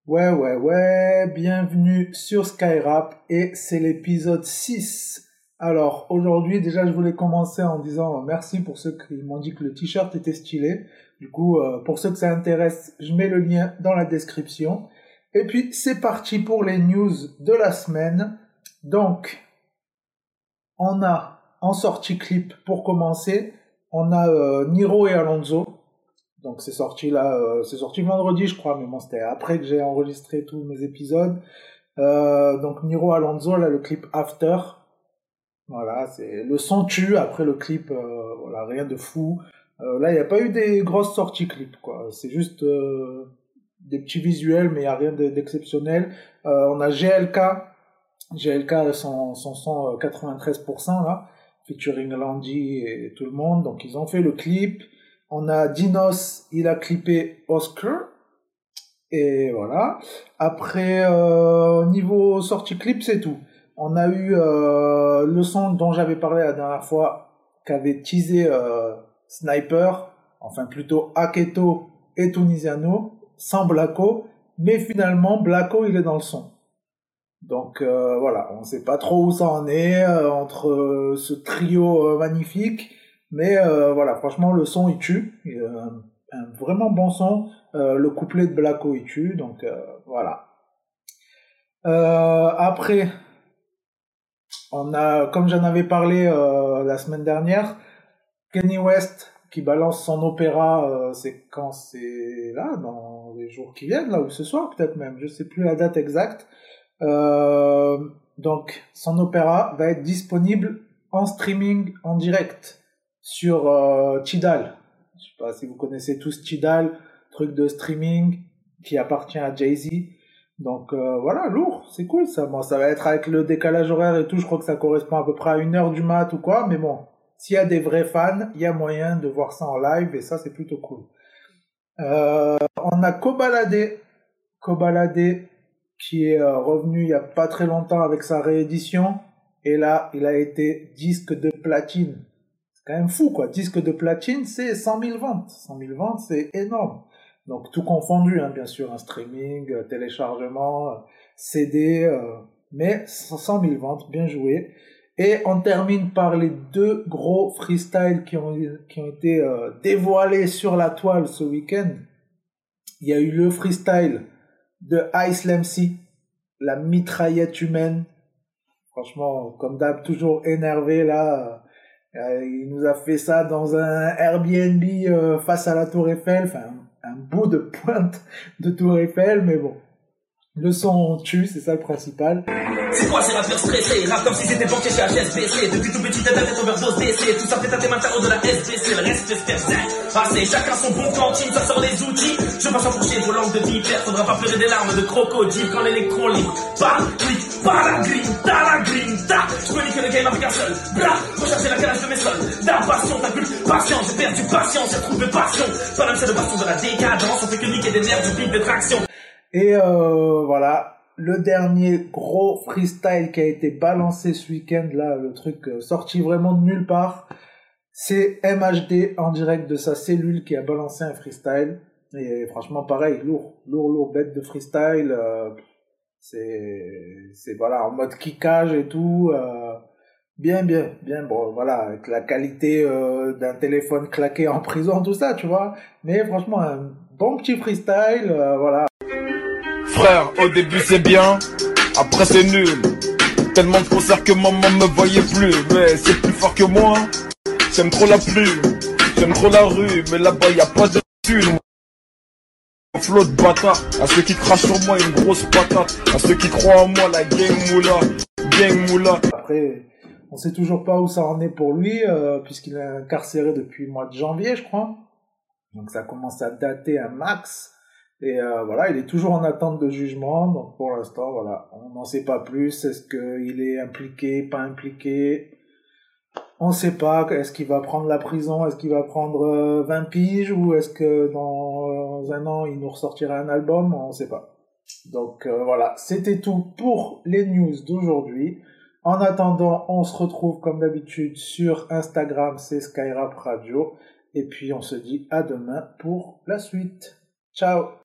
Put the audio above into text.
Ouais, bienvenue sur Skyrap et c'est l'épisode 6. Alors aujourd'hui déjà je voulais commencer en disant merci pour ceux qui m'ont dit que le t-shirt était stylé. Du coup pour ceux que ça intéresse, je mets le lien dans la description. Et puis c'est parti pour les news de la semaine. Donc on a en sortie clip pour commencer, on a Niro et Alonso. Donc c'est sorti c'est sorti vendredi je crois, mais bon c'était après que j'ai enregistré tous mes épisodes. Donc Niro Alonso, là le clip After, voilà, c'est le son tue après le clip, voilà, rien de fou. Là il n'y a pas eu des grosses sorties clips quoi, c'est juste des petits visuels mais il n'y a rien d'exceptionnel. On a GLK son son 93% là, featuring Landy et tout le monde, donc ils ont fait le clip. On a Dinos, il a clippé Oscar. Et voilà. Après, niveau sortie clip, c'est tout. On a eu le son dont j'avais parlé la dernière fois, qu'avait teasé Sniper, enfin plutôt Aketo et Tunisiano, sans Blacko, mais finalement Blacko il est dans le son. Donc voilà, on sait pas trop où ça en est entre ce trio magnifique, mais voilà, franchement le son il tue, un vraiment bon son. Le couplet de Blacko il tue, donc voilà. Après, on a, comme j'en avais parlé la semaine dernière, Kanye West qui balance son opéra, c'est quand c'est là, dans les jours qui viennent, là ou ce soir peut-être même, je sais plus la date exacte. Euh, donc, son opéra va être disponible en streaming en direct sur Tidal. Je sais pas si vous connaissez tous Tidal, truc de streaming qui appartient à Jay-Z. Donc voilà, lourd, c'est cool ça. Bon, ça va être avec le décalage horaire et tout, je crois que ça correspond à peu près à 1 heure du mat ou quoi, mais bon, s'il y a des vrais fans, il y a moyen de voir ça en live et ça c'est plutôt cool. On a Kobalade qui est revenu il y a pas très longtemps avec sa réédition, et là il a été disque de platine. C'est quand même fou quoi, disque de platine c'est 100 000 ventes, 100 000 ventes c'est énorme. Donc tout confondu hein, bien sûr, un streaming, téléchargement, CD, mais 100 000 ventes, bien joué. Et on termine par les deux gros freestyles qui ont été dévoilés sur la toile ce week-end. Il y a eu le freestyle de Ice MC, la mitraillette humaine. Franchement, comme d'hab, toujours énervé là. Il nous a fait ça dans un Airbnb face à la Tour Eiffel, enfin un bout de pointe de Tour Eiffel, mais bon. Le son tue, c'est ça le principal. C'est quoi ces rappeurs stressés? Rap comme si c'était banqué chez HSBC. Depuis tout petit, t'as tête overdose DC. Tout ça fait à tes mains au de la SBC. Le reste c'est passé. Chacun son bon cantine, ça sort les outils. Je passe en fourcher vos langues de vipère. Faudra pas pleurer des larmes de crocodile quand l'électron libre. Pas clic, pas la grinta. Je peux niquer le game avec un seul. Blah, rechercher la calage de mes sols. La passion, t'as plus passion. J'ai perdu patience, j'ai trouvé passion. Pas même c'est le baston de la décadence. On fait que niquer des nerfs du pic de traction. Et voilà, le dernier gros freestyle qui a été balancé ce week-end, là, le truc sorti vraiment de nulle part, c'est MHD en direct de sa cellule qui a balancé un freestyle. Et franchement, pareil, lourd, bête de freestyle. C'est voilà, en mode kickage et tout. Bien, bon, voilà, avec la qualité d'un téléphone claqué en prison, tout ça, tu vois. Mais franchement, un bon petit freestyle, voilà. Frère, au début c'est bien, après c'est nul. Tellement de concerts que maman me voyait plus. Mais c'est plus fort que moi. J'aime trop la pluie, j'aime trop la rue. Mais là-bas y a pas de thunes. Un flot de bâtard, à ceux qui crachent sur moi une grosse patate. À ceux qui croient en moi la gang moula. Après, on sait toujours pas où ça en est pour lui, puisqu'il est incarcéré depuis le mois de janvier je crois. Donc ça commence à dater un max. Et voilà, il est toujours en attente de jugement, donc pour l'instant, voilà, on n'en sait pas plus. Est-ce qu'il est impliqué, pas impliqué? On sait pas. Est-ce qu'il va prendre la prison? Est-ce qu'il va prendre 20 piges? Ou est-ce que dans un an, il nous ressortira un album? On sait pas. Donc voilà, c'était tout pour les news d'aujourd'hui. En attendant, on se retrouve comme d'habitude sur Instagram, c'est Skyrap Radio. Et puis on se dit à demain pour la suite. Ciao!